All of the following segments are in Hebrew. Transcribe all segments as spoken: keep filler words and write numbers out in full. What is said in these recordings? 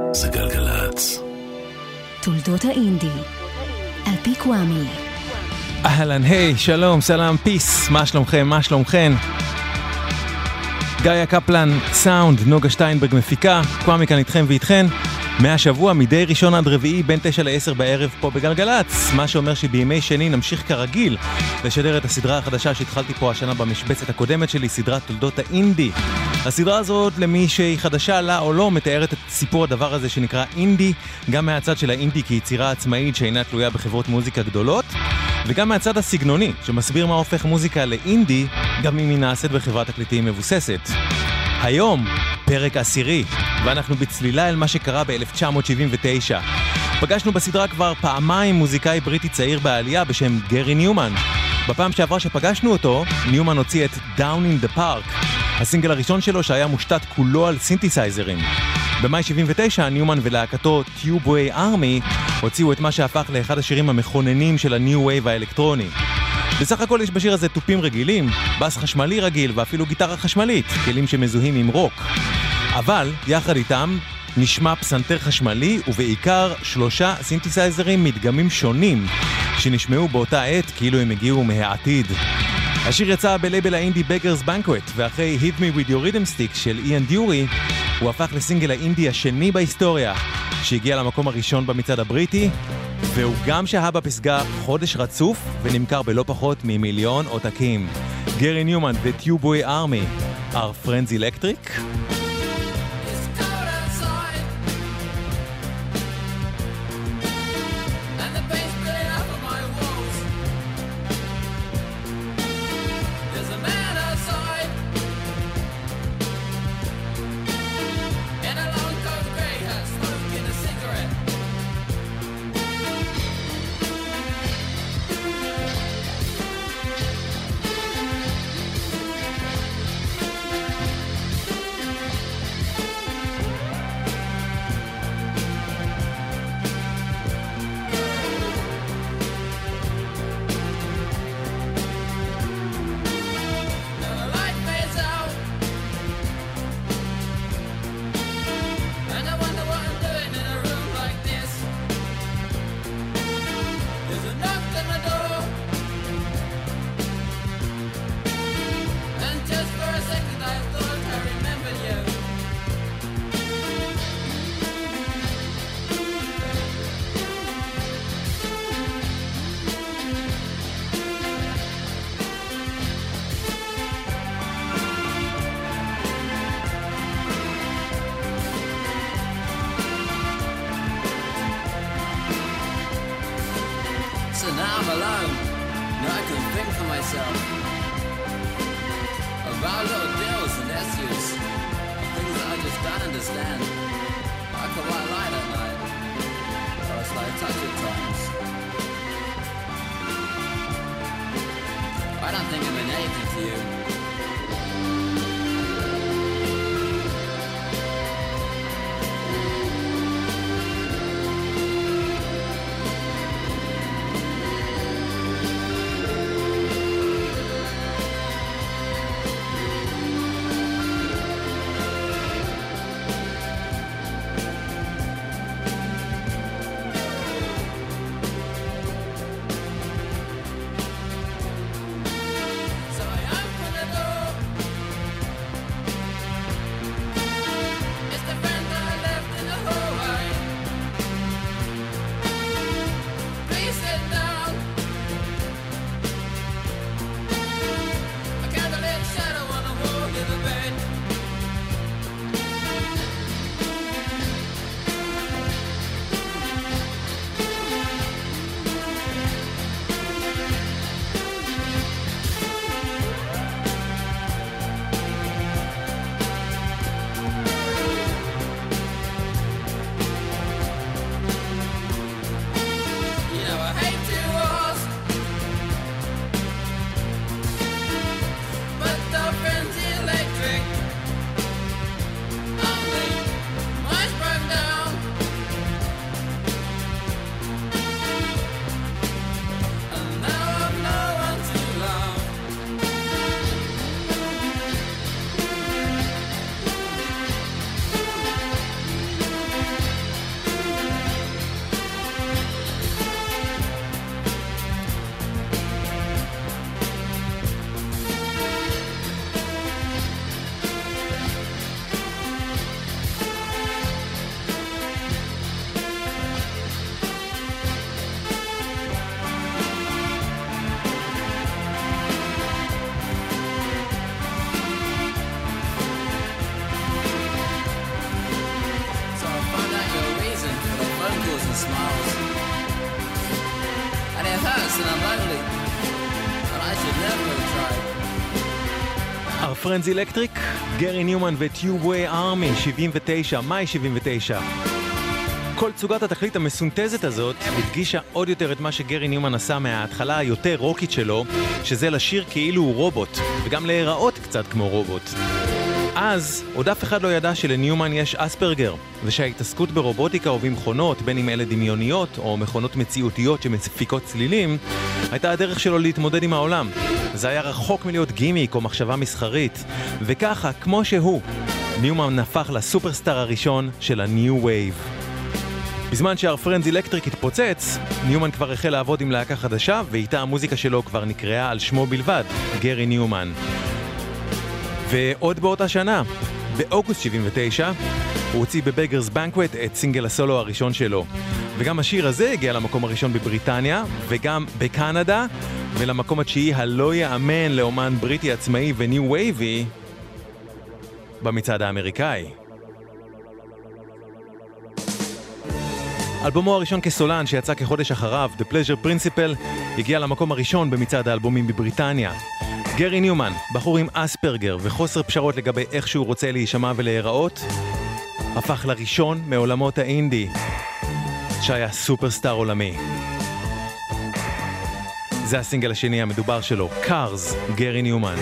זה גלגלצ. תולדות האינדי, על פי קוואמי. אהלן, היי, שלום, סלאם, פיס, מה שלומכם, מה שלומכם? גאיה קפלן, סאונד, נוגה שטיינברג מפיקה, קוואמי כאן איתכם ואיתכן. מהשבוע מדי ראשון עד רביעי בין תשע לעשר בערב פה בגלגלצ, מה שאומר שבימי שני נמשיך כרגיל לשדר את הסדרה החדשה שהתחלתי פה השנה במשבצת הקודמת שלי, סדרת תולדות האינדי. הסדרה הזאת, למי שהיא חדשה לה או לא, מתארת את סיפור הדבר הזה שנקרא אינדי, גם מהצד של האינדי כיצירה עצמאית שאינה תלויה בחברות מוזיקה גדולות, וגם מהצד הסגנוני שמסביר מה הופך מוזיקה לאינדי, גם אם היא נעשית בחברת תקליטים מבוססת. היום פרק עשירי, ואנחנו בצלילה אל מה שקרה ב-אלף תשע מאות שבעים ותשע. פגשנו בסדרה כבר פעמיים מוזיקאי בריטי צעיר בעלייה בשם גרי ניומן. בפעם שעברה שפגשנו אותו, ניומן הוציא את Down in the Park, הסינגל הראשון שלו שהיה מושתת כולו על סינתסייזרים. במאי שבעים ותשע, ניומן ולהקתו Tubeway Army הוציאו את מה שהפך לאחד השירים המכוננים של הניו וייב האלקטרוני. בסך הכל יש בשיר הזה טופים רגילים, בס חשמלי רגיל ואפילו גיטרה חשמלית, כלים שמזוהים עם רוק. אבל יחד איתם נשמע פסנתר חשמלי ובעיקר שלושה סינתסייזרים מדגמים שונים שנשמעו באותה עת כאילו הם הגיעו מהעתיד. השיר יצא בלייבל האינדי Beggars Banquet, ואחרי Hit Me With Your Rhythm Stick של איאן דיורי הוא הפך לסינגל האינדי השני בהיסטוריה שהגיע למקום הראשון במצעד הבריטי, והוא גם שהה בפסגה חודש רצוף ונמכר בלא פחות ממיליון עותקים. גרי ניומן ו-Tubeway Army, Our Friends Electric. So I open smiles. And it hurts and I'm lonely, but I should never have tried. Our Friends Electric, גרי ניומן ו-Tubeway Army, שבעים ותשע, מאי שבעים ותשע. כל צוגת התכלית המסונטזת הזאת הדגישה עוד יותר את מה שגרי ניומן עשה מההתחלה היותר רוקית שלו, שזה לשיר כאילו הוא רובוט, וגם להיראות קצת כמו רובוט. אז עוד אף אחד לא ידע שלניומן יש אספרגר, ושההתעסקות ברובוטיקה ובמכונות, בין אם אלה דמיוניות או מכונות מציאותיות שמפיקות צלילים, הייתה הדרך שלו להתמודד עם העולם. זה היה רחוק מלהיות גימיק או מחשבה מסחרית, וככה, כמו שהוא, ניומן הפך לסופרסטאר הראשון של ה-New Wave. בזמן שה-Our Friends Electric התפוצץ, ניומן כבר החל לעבוד עם להקה חדשה, ואיתה המוזיקה שלו כבר נקראה על שמו בלבד, גרי ניומן. ועוד באותה שנה, באוגוסט שבעים ותשע, הוא הוציא בבגרס בנקווט את סינגל הסולו הראשון שלו. וגם השיר הזה הגיע למקום הראשון בבריטניה, וגם בקנדה, ולמקום התשיעי הלא יאמן לאומן בריטי עצמאי וניו וייבי, במצעד האמריקאי. אלבומו הראשון כסולן שיצא כחודש אחריו, The Pleasure Principle, הגיע למקום הראשון במצעד האלבומים בבריטניה. גרי ניומן, בחור עם אספרגר וחוסר פשרות לגבי איך שהוא רוצה להישמע ולהיראות, הפך לראשון מעולמות האינדי, שהיה סופרסטאר עולמי. זה הסינגל השני המדובר שלו, Cars, גרי ניומן.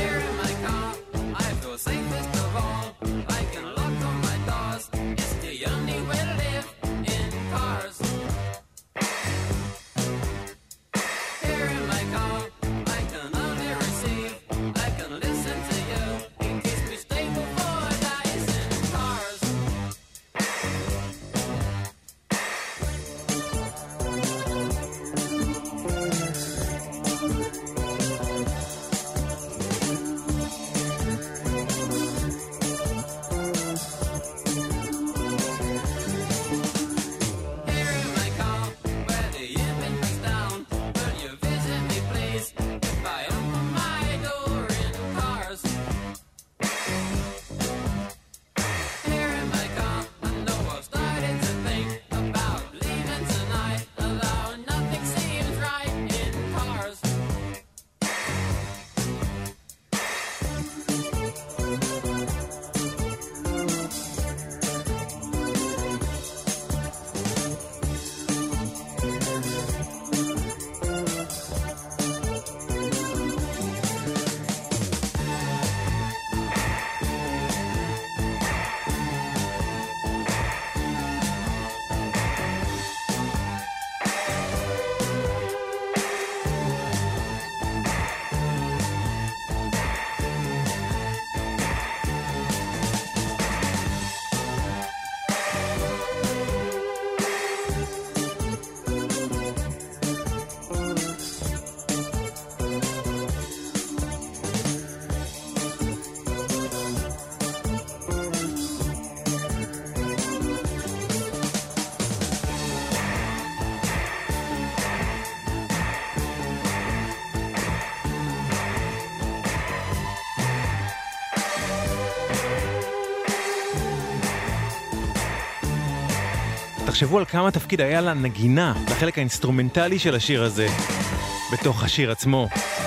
תחשבו על כמה תפקיד היה לה נגינה, לחלק האינסטרומנטלי של השיר הזה, בתוך השיר עצמו.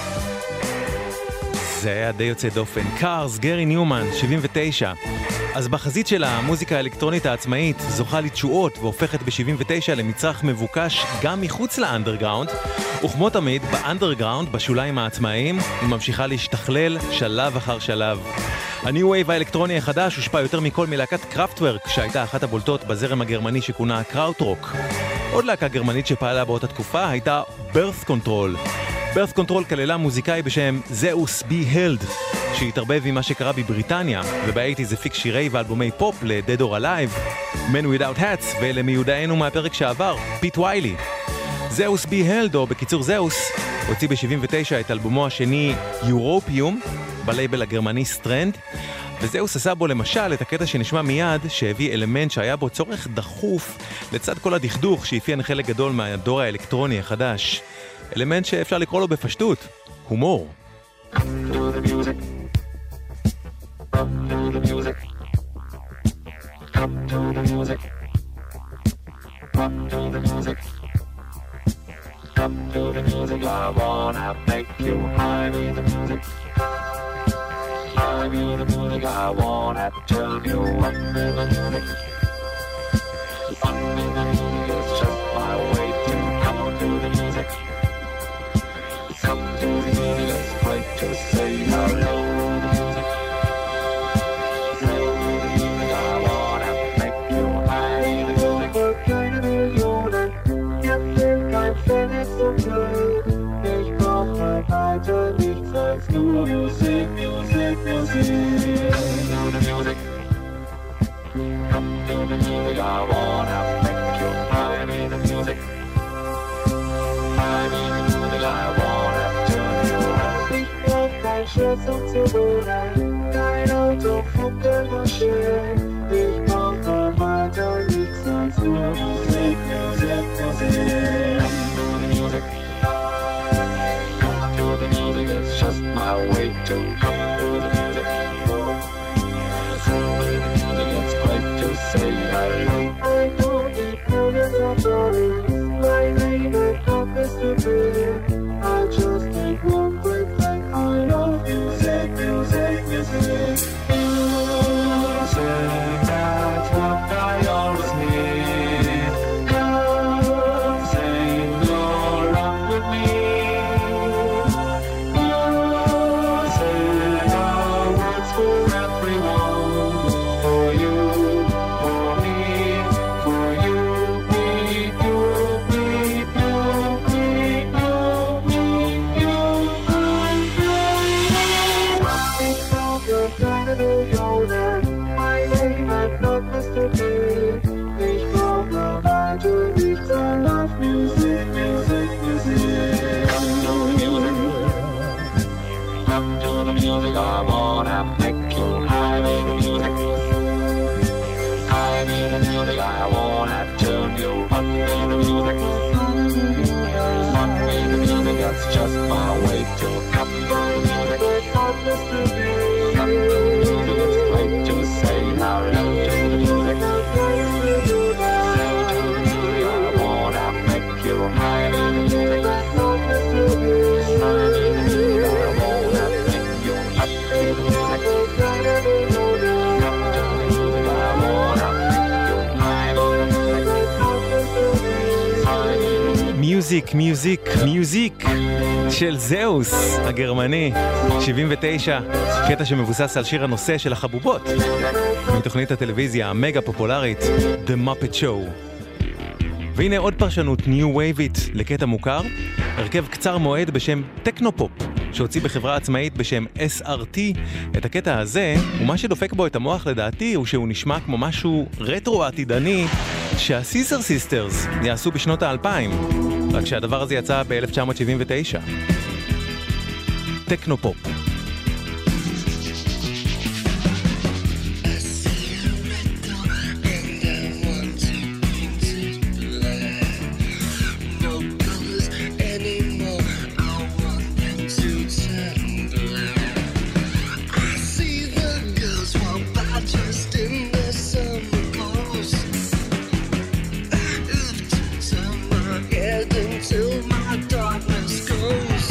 זה היה די יוצא דופן. Cars, גרי ניומן, שבעים ותשע. אז בחזית של המוזיקה האלקטרונית העצמאית זוכה לתשואות והופכת ב-שבעים ותשע למצרך מבוקש גם מחוץ לאנדרגראונד, וכמו תמיד, באנדרגראונד, בשוליים העצמאיים, היא ממשיכה להשתכלל שלב אחר שלב. הניו וייב האלקטרוני החדש הושפע יותר מכל מלהקת קראפטוורק, שהייתה אחת הבולטות בזרם הגרמני שכונה קראוטרוק. עוד להקה גרמנית שפעלה באותה תקופה הייתה Birth Control. Birth Control כללה מוזיקאי בשם זאוס בי הלד, שהתערבב עם מה שקרה בבריטניה, ובאייטיז הפיק שירי ואלבומי פופ ל-Dead or Alive, Men Without Hats, ולמיודענו מהפרק שעבר, פיט ויילי. זאוס בי הלד, או בקיצור זאוס, הוציא ב-שבעים ותשע את אלבומו השני יורופיום, בלייבל הגרמני סטרנד, וזאוס עשה בו למשל את הקטע שנשמע מיד, שהביא אלמנט שהיה בו צורך דחוף לצד כל הדכדוך שאפיין חלק גדול מהדור האלקטרוני החדש. אלמנט שאפשר לקרוא לו בפשטות, הומור. Come to the music. Come to the music. I wanna make you high with the music. High with the music. I wanna turn you up with the music. Fun with the music is just my way to come to the music. Come to the music. It's great to say hello with the music. Hello with the music. I wanna make you high with the music. Ich brauche weiter nichts als nur Musik, Musik, Musik. Come to the music. Come to the music. I wanna make you high with the music. High with the music. I wanna turn you up. Ich brauch kein Scherz um zu wohnen, kein Auto, Flug der Maschine. Ich brauche weiter nichts als nur Musik, Musik, Musik. The music is just my way to come to the music. So with the music, it's great to say hello. I know the millions of dollars, my favorite cup is to be. I just need one quick thing. I love music, music, music. Music, that's what I always need. Come sing along with me. I wanna make you high with the music. High with the music. I wanna turn you up with the music. Fun with the music. That's just my way to come to the music. Come to the music. It's great to say hello to the music. Hello to the music. I wanna make you high with the music. High with the music. I wanna make you up with the music. מיוזיק, מיוזיק, מיוזיק של זאוס הגרמני, שבעים ותשע, קטע שמבוסס על שיר הנושא של החבובות מתוכנית הטלוויזיה המגה פופולרית The Muppet Show. והנה עוד פרשנות ניו וייבית לקטע מוכר, הרכב קצר מועד בשם טכנופופ שהוציא בחברה עצמאית בשם אס אר טי. את הקטע הזה, ומה שדופק בו את המוח לדעתי הוא שהוא נשמע כמו משהו רטרו עתידני שהסיסר סיסטרס יעשו בשנות האלפיים, רק שהדבר הזה יצא ב-אלף תשע מאות שבעים ותשע. טכנופופ. Till my darkness goes.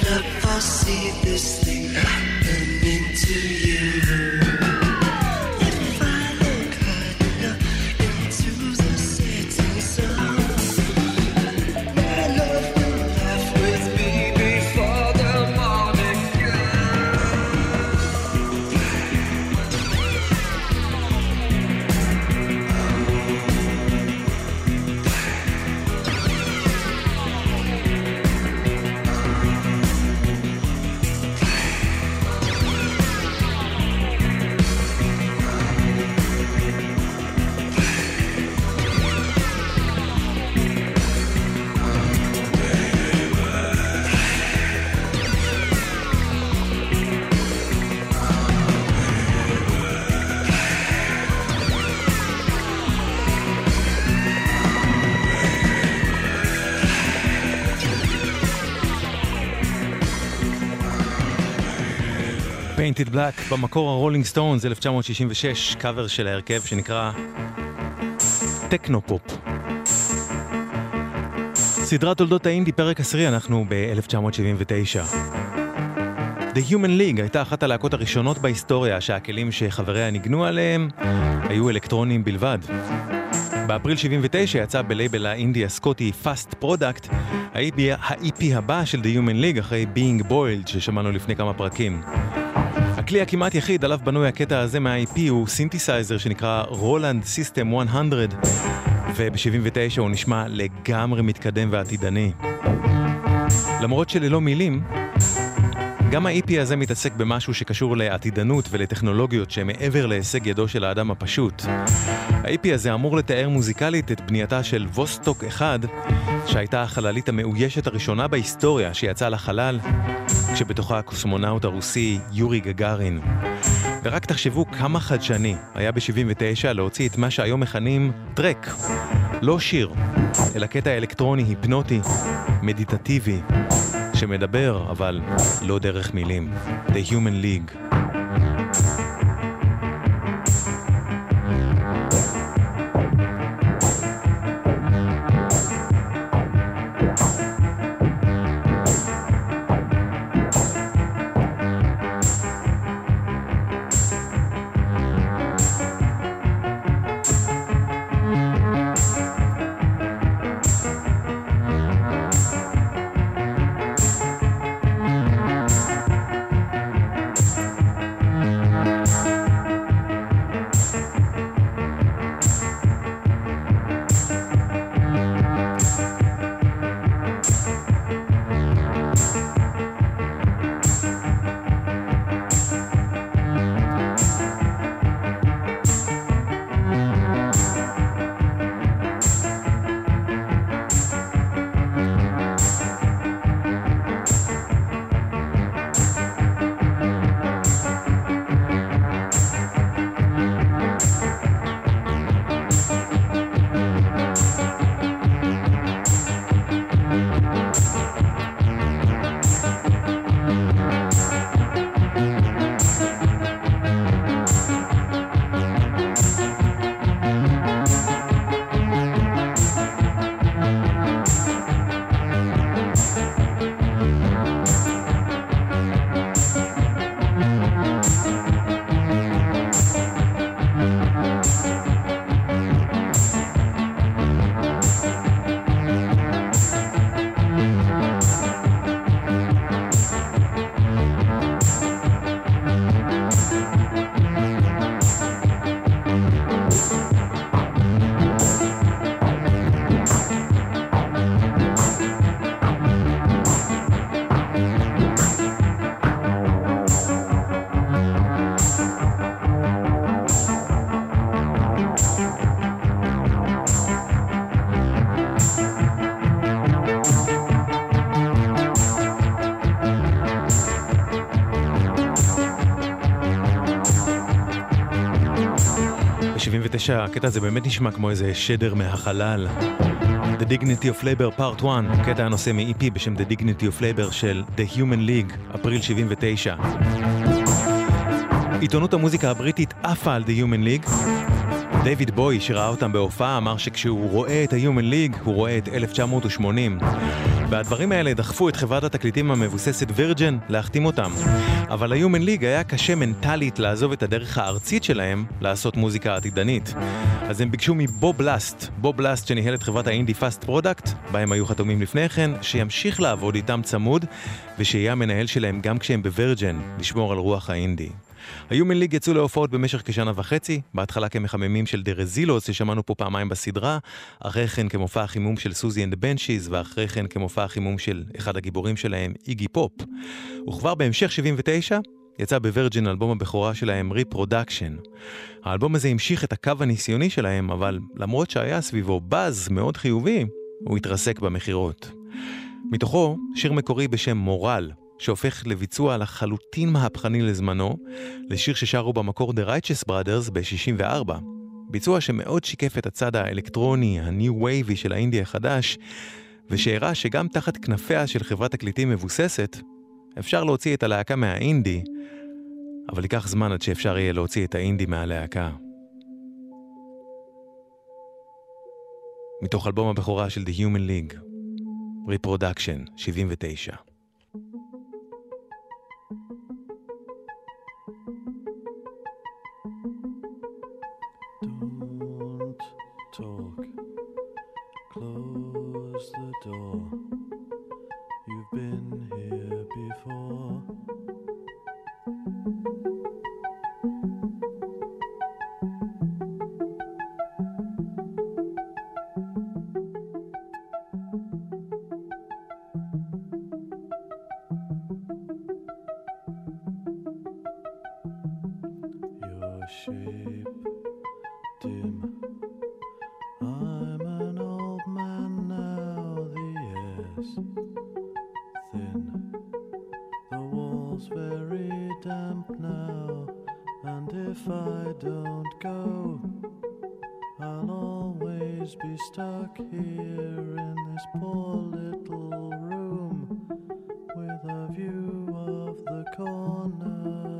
up, foresee this thing happening to you. If I look hard enough into the setting sun, my love will laugh with me before the morning Painted Black, במקור הרולינג סטונס, אלף תשע מאות שישים ושש, קאבר של ההרכב שנקרא טכנופופ. סדרת תולדות האינדי, פרק עשירי, אנחנו ב-אלף תשע מאות שבעים ותשע. The Human League הייתה אחת הלהקות הראשונות בהיסטוריה שהכלים שחבריה ניגנו עליהם היו אלקטרונים בלבד. באפריל שבעים ותשע יצא בלייבל האינדי הסקוטי Fast Product ה-אי פי הבא של The Human League אחרי Being Boiled ששמענו לפני כמה פרקים. הכלי הכמעט יחיד עליו בנוי הקטע הזה מה-אי פי הוא סינתסייזר שנקרא רולנד סיסטם מאה, וב-שבעים ותשע הוא נשמע לגמרי מתקדם ועתידני. למרות שללא מילים, גם ה-אי פי הזה מתעסק במשהו שקשור לעתידנות ולטכנולוגיות שמעבר להישג ידו של האדם הפשוט. ה-אי פי הזה אמור לתאר מוזיקלית את בנייתה של ווסטוק אחד, שהייתה החללית המאוישת הראשונה בהיסטוריה שיצאה לחלל, כשבתוכה הקוסמונאוט הרוסי יורי גגארין. ורק תחשבו כמה חדשני היה ב-שבעים ותשע להוציא את מה שהיום מכנים טרק. לא שיר, אלא קטע אלקטרוני היפנוטי, מדיטטיבי, שמדבר, אבל לא דרך מילים. The Human League. ב-שבעים ותשע הקטע הזה באמת נשמע כמו איזה שדר מהחלל. The Dignity of Labor Part אחת, קטע הנושא מ-אי פי בשם The Dignity of Labor של The Human League, אפריל שבעים ותשע. עיתונות המוזיקה הבריטית עפה על The Human League, דיוויד בוי, שראה אותם בהופעה, אמר שכשהוא רואה את ה-Human League, הוא רואה את אלף תשע מאות ושמונים. והדברים האלה דחפו את חברת התקליטים המבוססת וירג'ן להחתים אותם. אבל ה-Human League היה קשה מנטלית לעזוב את הדרך הארצית שלהם לעשות מוזיקה עתידנית. אז הם ביקשו מבוב בלאסט, בוב בלאסט שניהל את חברת האינדי פאסט פרודקט, בהם היו חתומים לפני כן, שימשיך לעבוד איתם צמוד, ושיהיה המנהל שלהם גם כשהם בווירג'ן, לשמור על רוח האינדי. ה-Human League יצאו להופעות במשך כשנה וחצי, בהתחלה כמחממים של דרזילוס ששמענו פה פעמיים בסדרה, אחרי כן כמופע החימום של סוזי אנד בנשיז, ואחרי כן כמופע החימום של אחד הגיבורים שלהם, איגי פופ. וכבר בהמשך שבעים ותשע יצא בווירג'ן אלבום הבכורה שלהם, ריפרודקשן. האלבום הזה המשיך את הקו הניסיוני שלהם, אבל למרות שהיה סביבו באז מאוד חיובי, הוא התרסק במחירות. מתוכו שיר מקורי בשם מורל, שהופך לביצוע לחלוטין מהפכני לזמנו, לשיר ששרו במקור The Righteous Brothers ב-שישים וארבע. ביצוע שמאוד שיקף את הצד האלקטרוני, הניו וייבי של האינדי החדש, ושהראה שגם תחת כנפיה של חברת תקליטים מבוססת, אפשר להוציא את הלהקה מהאינדי, אבל ייקח זמן עד שאפשר יהיה להוציא את האינדי מהלהקה. מתוך אלבום הבכורה של The Human League, Reproduction, שבעים ותשע. Talk, close the door. You've been here before. Your shape dim. I'm an old man now, the air's thin, the wall's very damp now, and if I don't go, I'll always be stuck here in this poor little room with a view of the corner.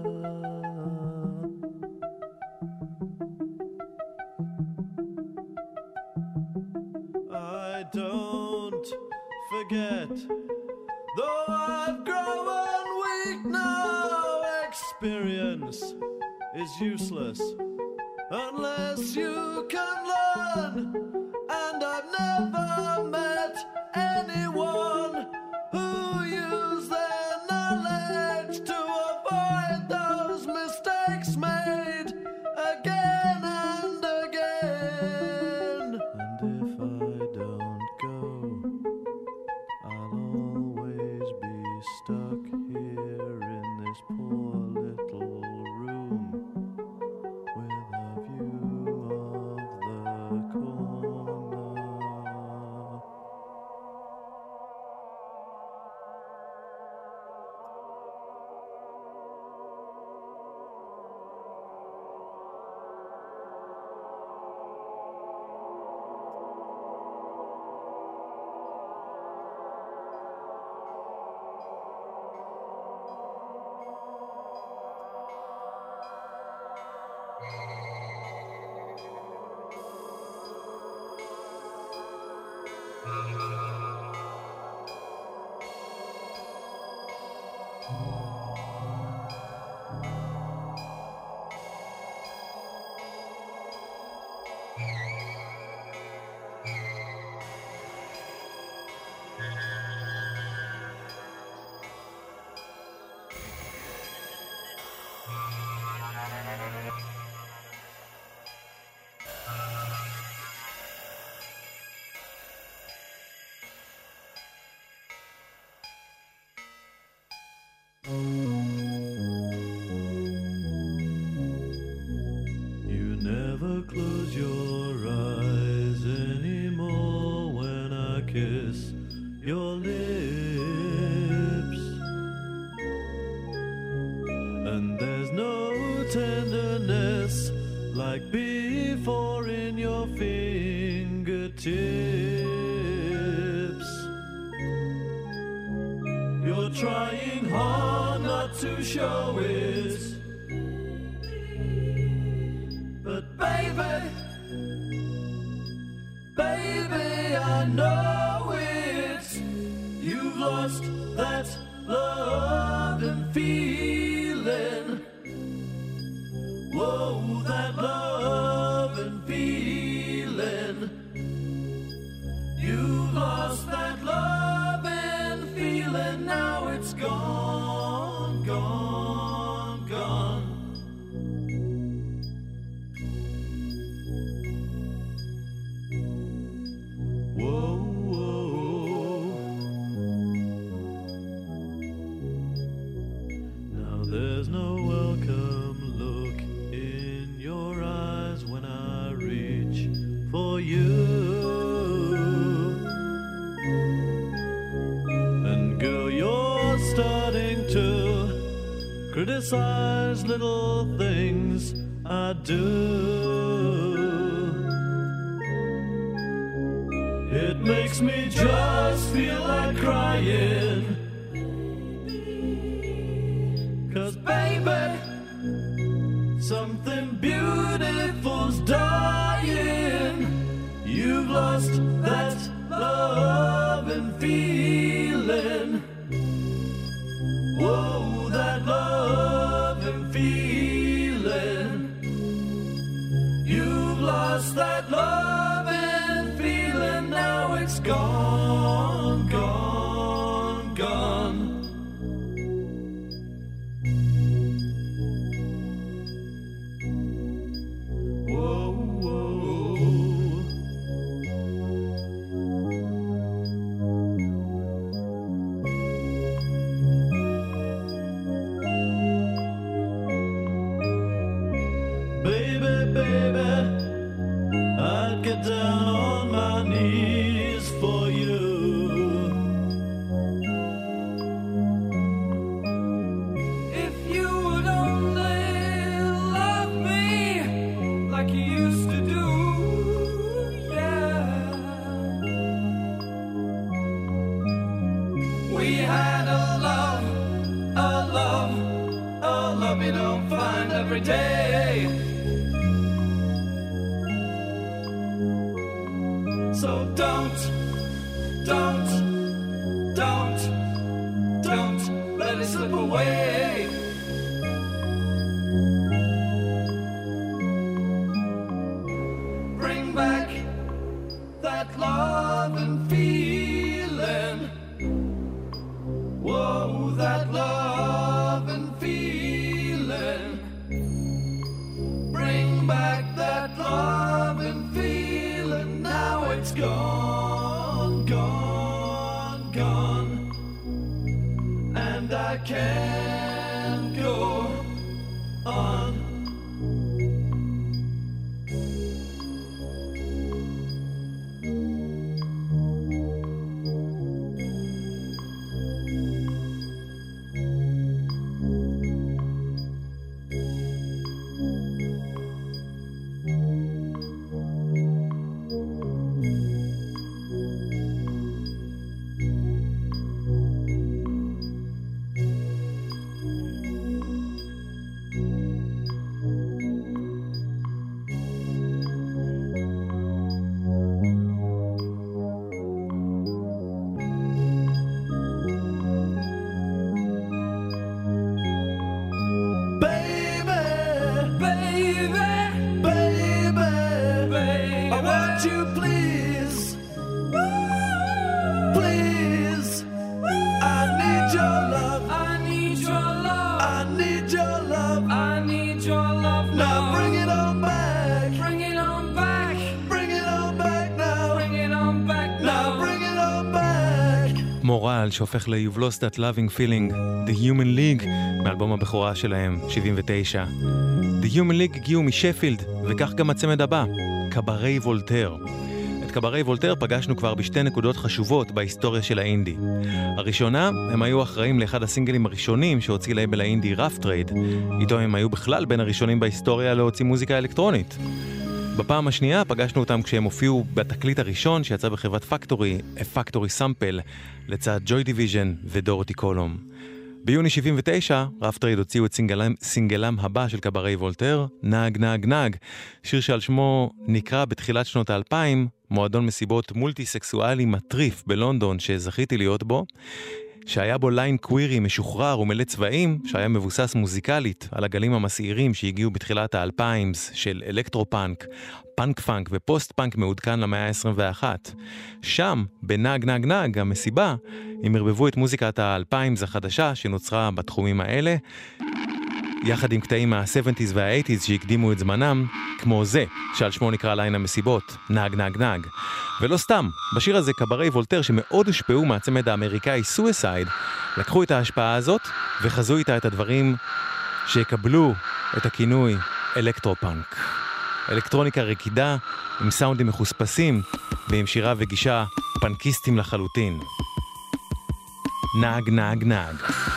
Don't forget, though I've grown weak now, experience is useless unless you can learn, and I've never met anyone who used their knowledge to avoid those mistakes made again and again. And if I don't go, I'll always be stuck here in this poor little room with a view of the corner. You never close your eyes anymore when I kiss your lips, and there's no tenderness like before in your fingertips. You're trying hard not to show it, but baby, baby, I know it. You've lost that love and feeling. Whoa, that love and feeling. You've lost that love and feeling. Now it's gone, gone, gone. Whoa, whoa. Now there's no welcome look in your eyes when I reach for you. And girl, you're starting to criticize little things I do. It makes me just feel like crying. 'Cause baby, something beautiful's dying. You've lost that love and feeling. Whoa, that love and feeling. You've lost that love and feeling. Now it's gone, gone, gone. Whoa, whoa. Baby, baby, I'd get down on my knees for you. If you would only love me like you used to do, yeah. We had a love, a love, a love you don't find every day. So don't, don't, don't, don't let it slip away. Bring back that love and feeling. Whoa, that love and feeling. Bring back that love and feeling. Now it's gone, gone, gone. And I can't go on. מורל שהופך ל-You've Lost That Loving Feeling, The Human League, מאלבום הבכורה שלהם, שבעים ותשע. The Human League הגיעו משפילד, וכך גם הצמד הבא, קברי וולטר. את קברי וולטר פגשנו כבר בשתי נקודות חשובות בהיסטוריה של האינדי. הראשונה, הם היו אחראים לאחד הסינגלים הראשונים שהוציא לייבל האינדי רף טרייד, איתו הם היו בכלל בין הראשונים בהיסטוריה להוציא מוזיקה אלקטרונית. בפעם השנייה פגשנו אותם כשהם הופיעו בתקליט הראשון שיצא בחברת פקטורי, A Factory Sample, לצד ג'וי דיוויז'ן ודורותי קולום. ביוני שבעים ותשע, רף טרייד הוציאו את סינגלם, סינגלם הבא של קברי וולטר, נאג נאג נאג, שיר שעל שמו נקרא בתחילת שנות האלפיים, מועדון מסיבות מולטי-סקסואלי מטריף בלונדון שזכיתי להיות בו, שהיה בו ליין קווירי משוחרר ומלא צבעים, שהיה מבוסס מוזיקלית על הגלים המסעירים שהגיעו בתחילת האלפיימס של אלקטרו-פאנק, פאנק-פאנק ופוסט-פאנק מעודכן למאה ה-עשרים ואחת. שם, בנאג נאג נאג, המסיבה, הם הרבבו את מוזיקת האלפיימס החדשה שנוצרה בתחומים האלה, יחד עם קטעים מה-שבעים וה-שמונים שהקדימו את זמנם, כמו זה, שעל שמו נקרא ליין המסיבות, נאג נאג נאג. ולא סתם, בשיר הזה קברי וולטר שמאוד הושפעו מהצמד האמריקאי סויסייד, לקחו את ההשפעה הזאת וחזו איתה את הדברים שיקבלו את הכינוי אלקטרו-פאנק. אלקטרוניקה רקידה עם סאונדים מחוספסים ועם שירה וגישה פאנקיסטים לחלוטין. נאג נאג נאג.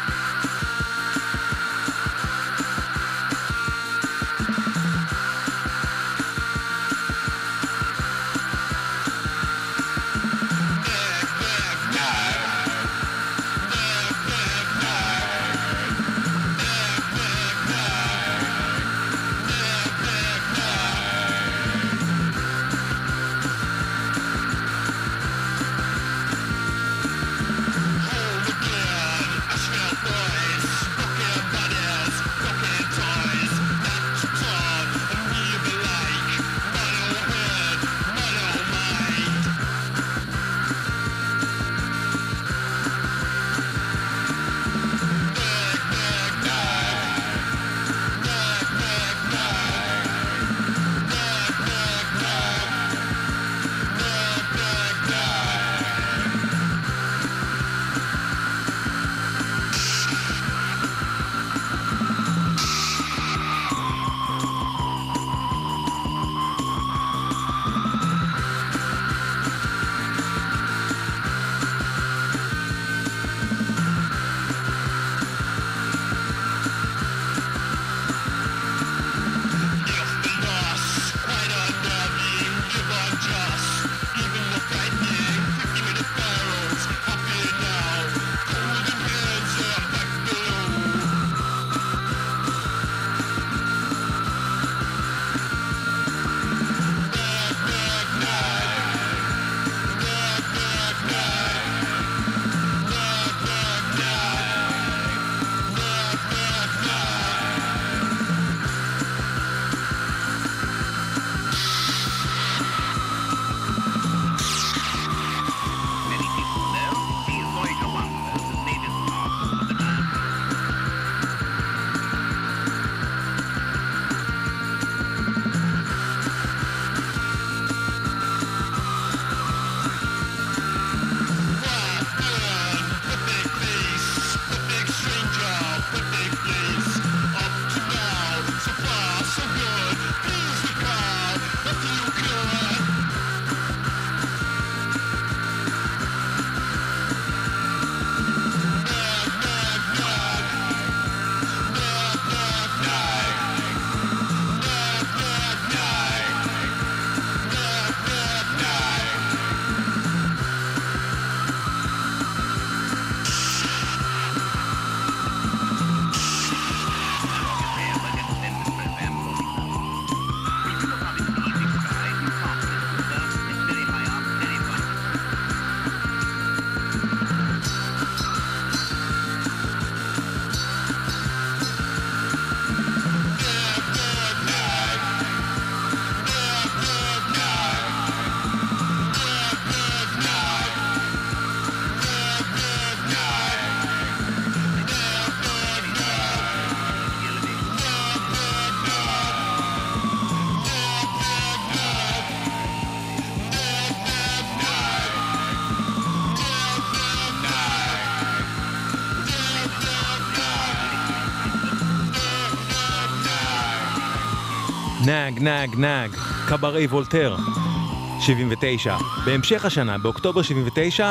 נאג נאג נאג, קברי וולטר, שבעים ותשע. בהמשך השנה, באוקטובר שבעים ותשע,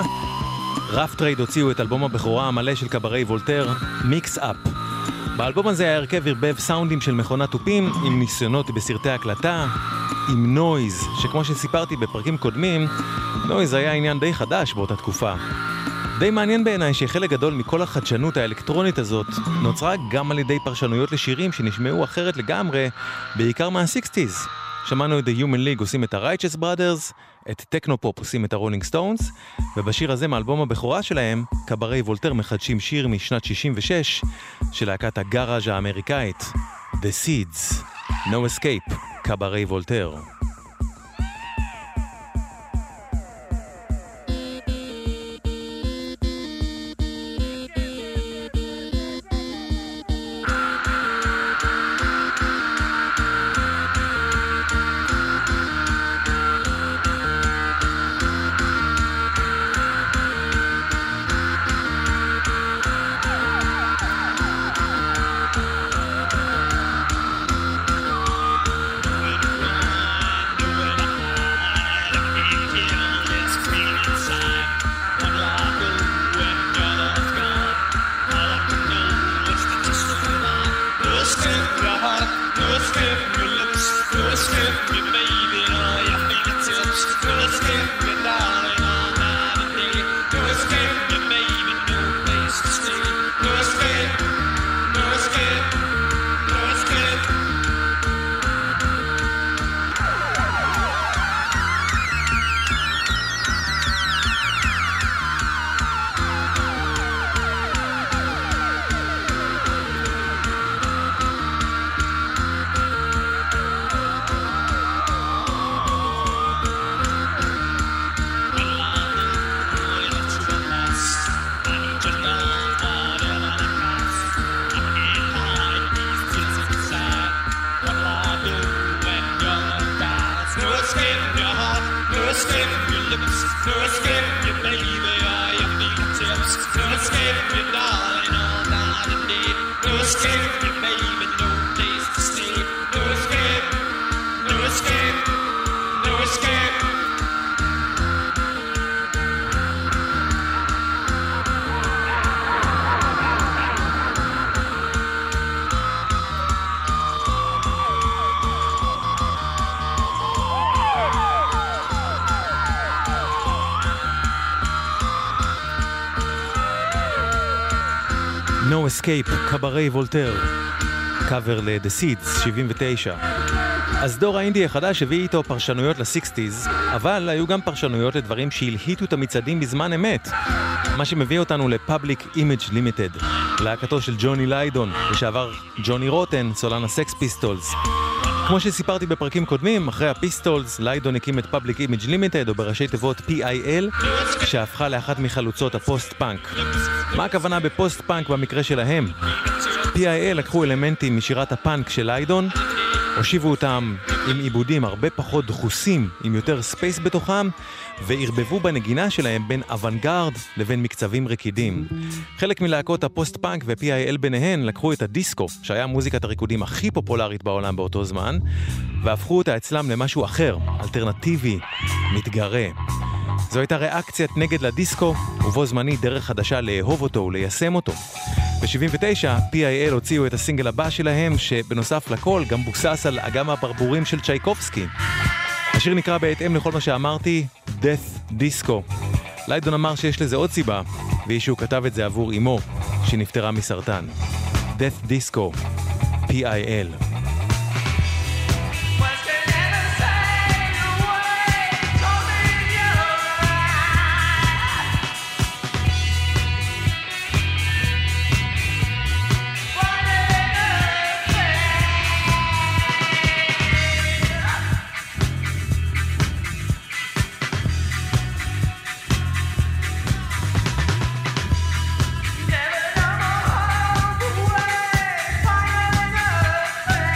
רף טרייד הוציאו את אלבום הבכורה המלא של קברי וולטר, מיקס אפ. באלבום הזה ההרכב הרבב סאונדים של מכונת תופים עם ניסיונות בסרטי הקלטה, עם נויז, שכמו שסיפרתי בפרקים קודמים, נויז היה עניין די חדש באותה תקופה. די מעניין בעיניי שחלק גדול מכל החדשנות האלקטרונית הזאת נוצרה גם על ידי פרשנויות לשירים שנשמעו אחרת לגמרי, בעיקר מה-סיקסטיז. שמענו את The Human League עושים את ה-Righteous Brothers, את טקנופופ עושים את ה-Rolling Stones, ובשיר הזה מאלבום הבכורה שלהם, קברי וולטר מחדשים שיר משנת שישים ושש של להקת הגאראז' האמריקאית, The Seeds, No Escape, קברי וולטר. No Escape, קברי וולטר, קאבר ל-The Seeds, שבעים ותשע. אז דור האינדי החדש הביא איתו פרשנויות ל-סיקסטיז, אבל היו גם פרשנויות לדברים שהלהיטו את המצעדים בזמן אמת. מה שמביא אותנו ל-Public Image Limited, להקתו של ג'וני ליידון, לשעבר ג'וני רוטן, סולן הסקס פיסטולס. כמו שסיפרתי בפרקים קודמים, אחרי הפיסטולס, ליידון הקים את Public Image Limited, או בראשי תיבות פי איי אל, שהפכה לאחת מחלוצות הפוסט-פאנק. מה הכוונה בפוסט-פאנק במקרה שלהם? פי איי אל לקחו אלמנטים משירת הפאנק של ליידון, הושיבו אותם עם עיבודים הרבה פחות דחוסים, עם יותר ספייס בתוכם, והרבבו בנגינה שלהם בין אוונגרד לבין מקצבים רקידים. חלק מלהקות הפוסט-פאנק ו-פי איי אל ביניהן לקחו את הדיסקו, שהיה מוזיקת הריקודים הכי פופולרית בעולם באותו זמן, והפכו אותה אצלם למשהו אחר, אלטרנטיבי, מתגרה. זו הייתה ריאקציית נגד לדיסקו, ובו זמני דרך חדשה לאהוב אותו וליישם אותו. ב-שבעים ותשע, פי איי אל הוציאו את הסינגל הבא שלהם, שבנוסף לכל גם בוסס על אגם הברבורים של צ'ייקובסקי. השיר נקרא בהתאם לכל מה שאמרתי, Death Disco. ליידון אמר שיש לזה עוד סיבה, ואישהו כתב את זה עבור אמו, שנפטרה מסרטן. Death Disco, פי איי אל. Never know the way, finally know.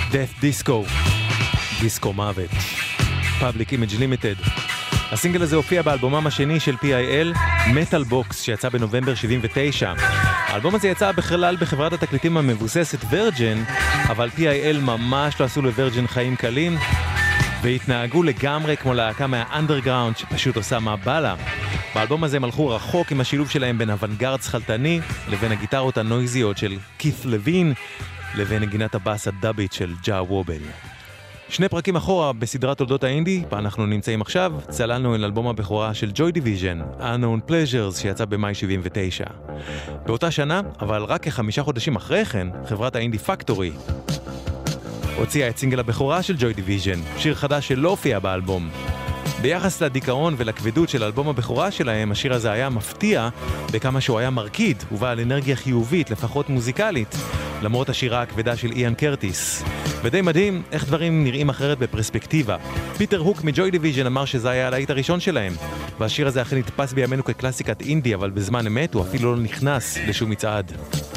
Death Disco, דיסקו מוות, Public Image Limited. הסינגל הזה הופיע באלבומם השני של פי איי אל, Metal Box, שיצא בנובמבר שבעים ותשע. האלבום הזה יצא בכלל בחברת התקליטים המבוססת וירג'ן, אבל פי איי אל ממש לא עשו לווירג'ן חיים קלים, והתנהגו לגמרי כמו להקה מהאנדרגראונד שפשוט עושה מה בא לה. באלבום הזה הם הלכו רחוק עם השילוב שלהם בין אוונגרד שכלתני לבין הגיטרות הנויזיות של כית לוין לבין נגינת הבאס הדאבית של ג'ה וובל. שני פרקים אחורה בסדרת תולדות האינדי, בה אנחנו נמצאים עכשיו, צללנו אל אלבום הבכורה של ג'וי דיוויז'ן, Unknown Pleasures, שיצא במאי שבעים ותשע. באותה שנה, אבל רק כחמישה חודשים אחרי כן, חברת האינדי פקטורי הוציאה את סינגל הבכורה של ג'וי דיוויז'ן, שיר חדש שלא הופיע באלבום. ביחס לדיכאון ולכבדות של אלבום הבכורה שלהם, השיר הזה היה מפתיע בכמה שהוא היה מרקיד, ובעל אנרגיה חיובית, לפחות מוזיקלית, למרות השירה הכבדה של איאן קרטיס. ודי מדהים איך דברים נראים אחרת בפרספקטיבה. פיטר הוק מג'וי דיוויז'ן אמר שזה היה הלהיט הראשון שלהם, והשיר הזה אכן נתפס בימינו כקלאסיקת אינדי, אבל בזמן אמת הוא אפילו לא נכנס לשום מצעד.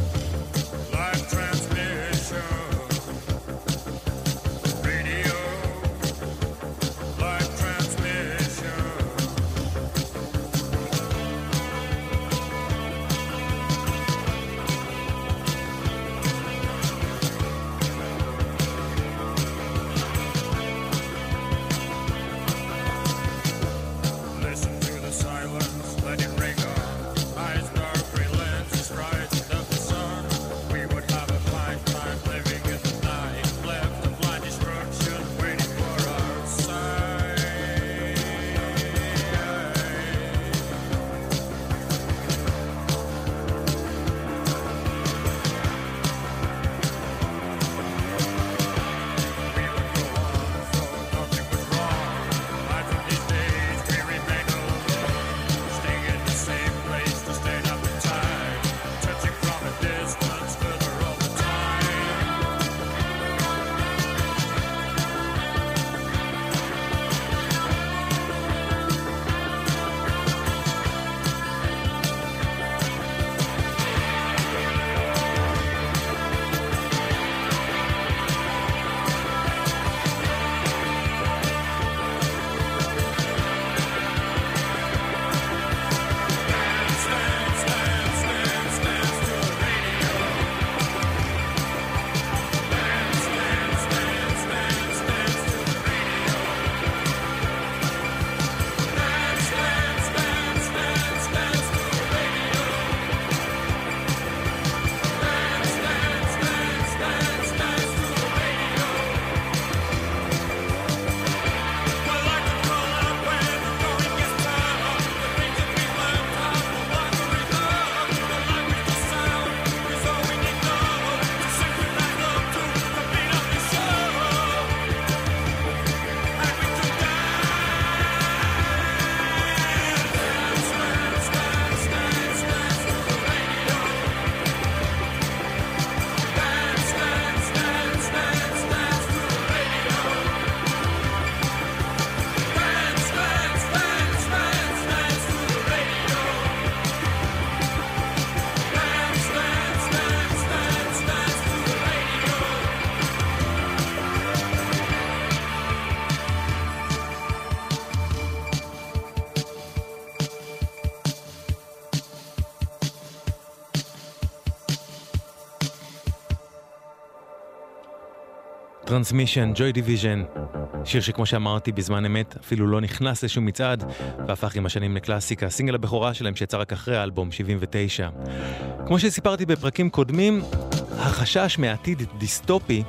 טרנסמישן, ג'וי דיוויז'ן, שיר שכמו שאמרתי בזמן אמת אפילו לא נכנס לשום מצעד והפך עם השנים לקלאסיקה, סינגל הבכורה שלהם שיצא רק אחרי האלבום שבעים ותשע. כמו שסיפרתי בפרקים קודמים, החשש מעתיד דיסטופי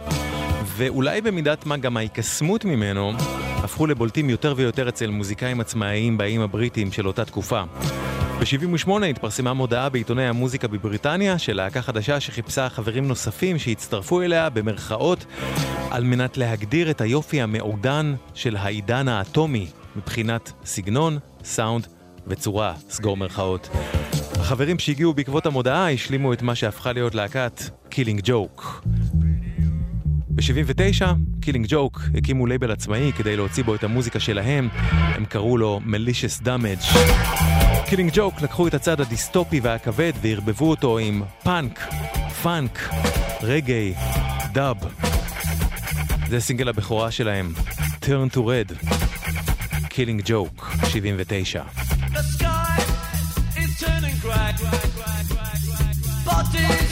ואולי במידת מה גם ההיקסמות ממנו הפכו לבולטים יותר ויותר אצל מוזיקאים עצמאיים באיים הבריטים של אותה תקופה. ב-שבעים ושמונה התפרסמה מודעה בעיתוני המוזיקה בבריטניה של להקה חדשה שחיפשה חברים נוספים שהצטרפו אליה במרכאות על מנת להגדיר את היופי המעודן של העידן האטומי מבחינת סגנון, סאונד וצורה, סגור מרכאות. החברים שהגיעו בעקבות המודעה השלימו את מה שהפכה להיות להקת Killing Joke. ב-שבעים ותשע, Killing Joke הקימו לייבל עצמאי כדי להוציא בו את המוזיקה שלהם, הם קראו לו Malicious Damage. Killing Joke לקחו את הצד הדיסטופי והכבד והרבבו אותו עם פאנק, פאנק, רגעי, דאב. זה סינגל הבכורה שלהם, Turn to Red, Killing Joke, שבעים ותשע. The sky is turning grey. Bodies.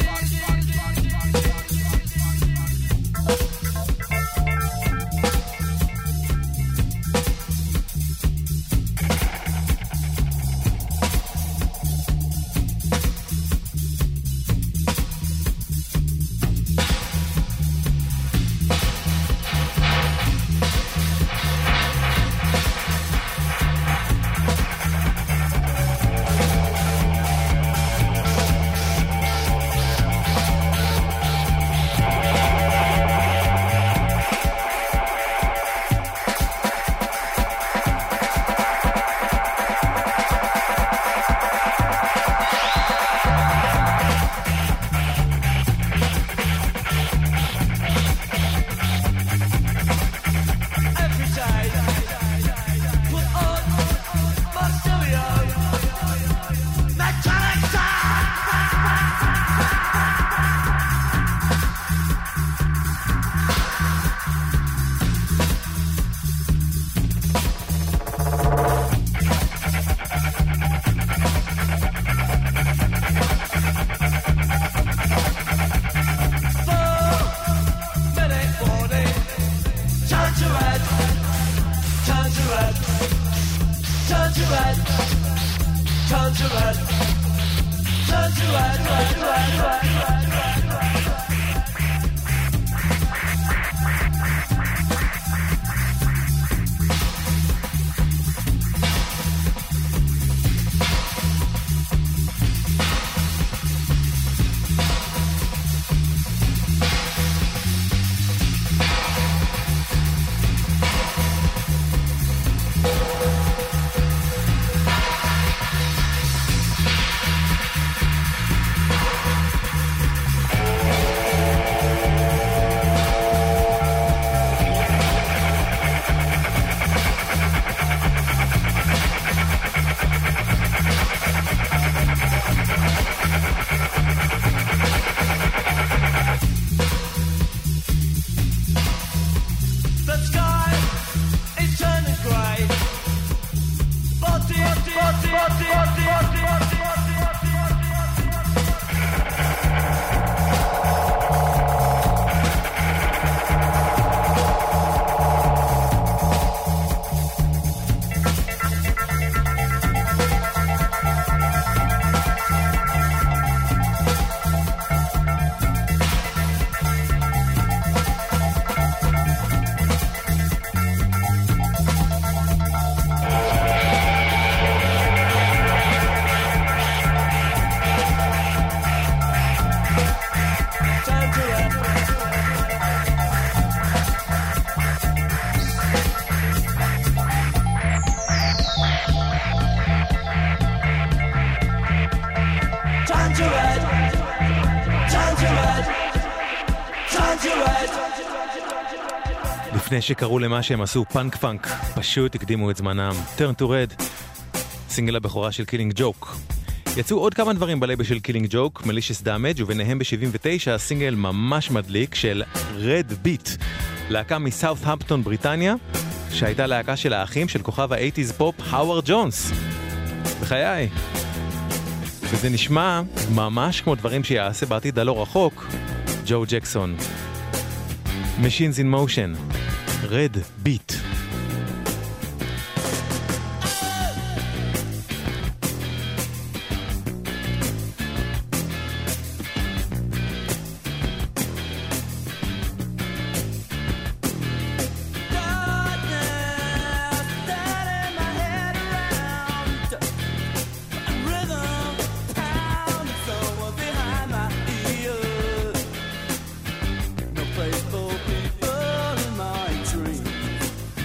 לפני שקראו למה שהם עשו פאנק פאנק, פשוט הקדימו את זמנם. Turn to Red, סינגל הבכורה של Killing Joke. יצאו עוד כמה דברים בלייבל של Killing Joke, Malicious Damage, וביניהם ב-שבעים ותשע סינגל ממש מדליק של Red Beat, להקה מסאות'המפטון בריטניה, שהייתה להקה של האחים של כוכב ה-שמונים פופ האוורד ג'ונס. בחיי. וזה נשמע ממש כמו דברים שיעשה בעתיד הלא רחוק ג'ו ג'קסון. Machines in Motion, Red Beat. Place for people in my dreams.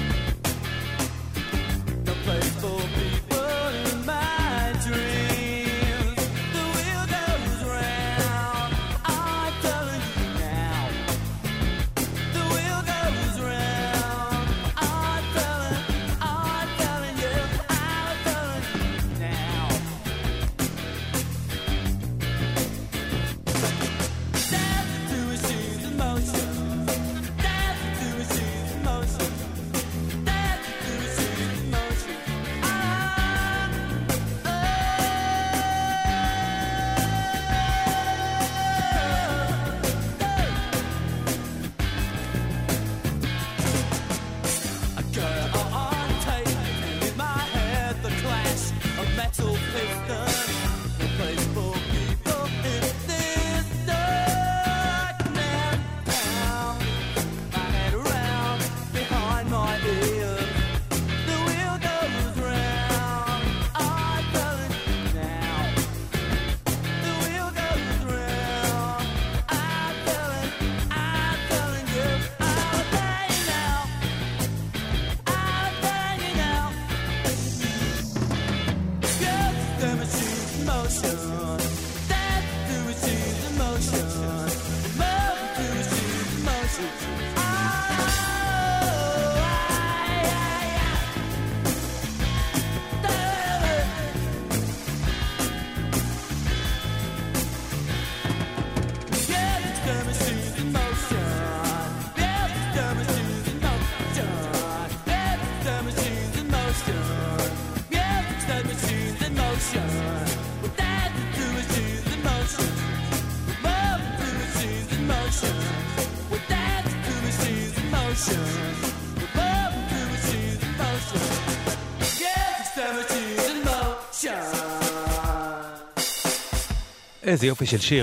איזה יופי של שיר.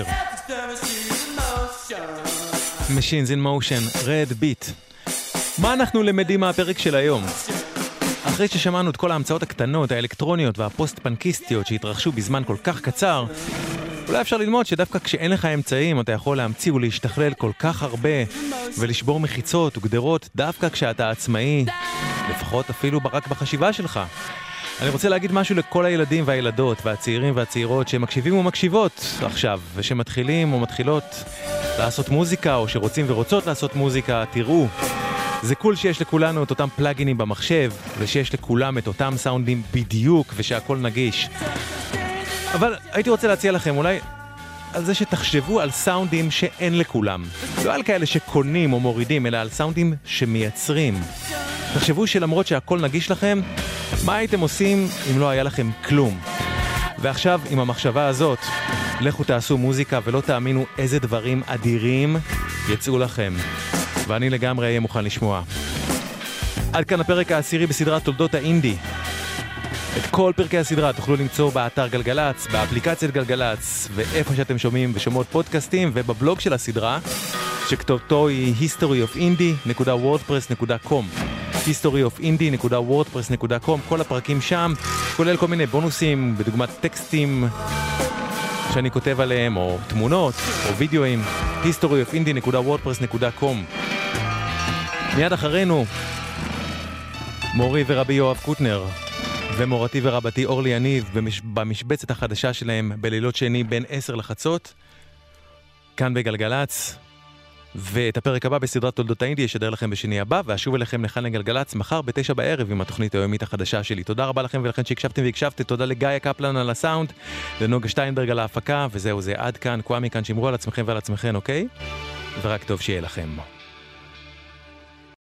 Machines in Motion, Red Beat. מה אנחנו למדים מהפרק של היום? אחרי ששמענו את כל ההמצאות הקטנות, האלקטרוניות והפוסט-פנקיסטיות שהתרחשו בזמן כל כך קצר, אולי אפשר ללמוד שדווקא כשאין לך אמצעים אתה יכול להמציא ולהשתכלל כל כך הרבה ולשבור מחיצות וגדרות דווקא כשאתה עצמאי, לפחות אפילו רק בחשיבה שלך. אני רוצה להגיד משהו לכל הילדים והילדות והצעירים והצעירות שמקשיבים ומקשיבות עכשיו ושמתחילים או מתחילות לעשות מוזיקה או שרוצים ורוצות לעשות מוזיקה. תראו, זה קול שיש לכולנו את אותם פלאגינים במחשב ושיש לכולם את אותם סאונדים בדיוק ושהכל נגיש. אבל הייתי רוצה להציע לכם אולי על זה שתחשבו על סאונדים שאין לכולם. לא על כאלה שקונים או מורידים, אלא על סאונדים שמייצרים. תחשבו שלמרות שהכל נגיש לכם, מה הייתם עושים אם לא היה לכם כלום? ועכשיו עם המחשבה הזאת, לכו תעשו מוזיקה ולא תאמינו איזה דברים אדירים יצאו לכם. ואני לגמרי אהיה מוכן לשמוע. עד כאן הפרק העשירי בסדרת תולדות האינדי. את כל פרקי הסדרה תוכלו למצוא באתר גלגלץ, באפליקציית גלגלץ, ואיפה שאתם שומעים ושומעות פודקאסטים, ובבלוג של הסדרה, שכתובתו היא היסטורי אוף אינדי דוט וורדפרס דוט קום. היסטורי אוף אינדי דוט וורדפרס דוט קום, כל הפרקים שם, כולל כל מיני בונוסים, בדוגמת טקסטים שאני כותב עליהם, או תמונות, או וידאוים, היסטורי אוף אינדי דוט וורדפרס דוט קום. מיד אחרינו, מורי ורבי יואב קוטנר, ומורתי ורבתי אורלי יניב במשבצת החדשה שלהם בלילות שני בין עשר לחצות, כאן בגלגלץ. ואת הפרק הבא בסדרת תולדות האינדי ישדר לכם בשני הבא, ואשוב אליכם לכאן לגלגלץ מחר בתשע בערב עם התוכנית היומית החדשה שלי. תודה רבה לכם ולכן שהקשבתם והקשבתם. תודה לגיא קפלן על הסאונד, לנוגה שטיינברג על ההפקה, וזהו זה עד כאן. קוואמי כאן, שמרו על עצמכם ועל עצמכם, אוקיי? ורק טוב שיהיה לכם.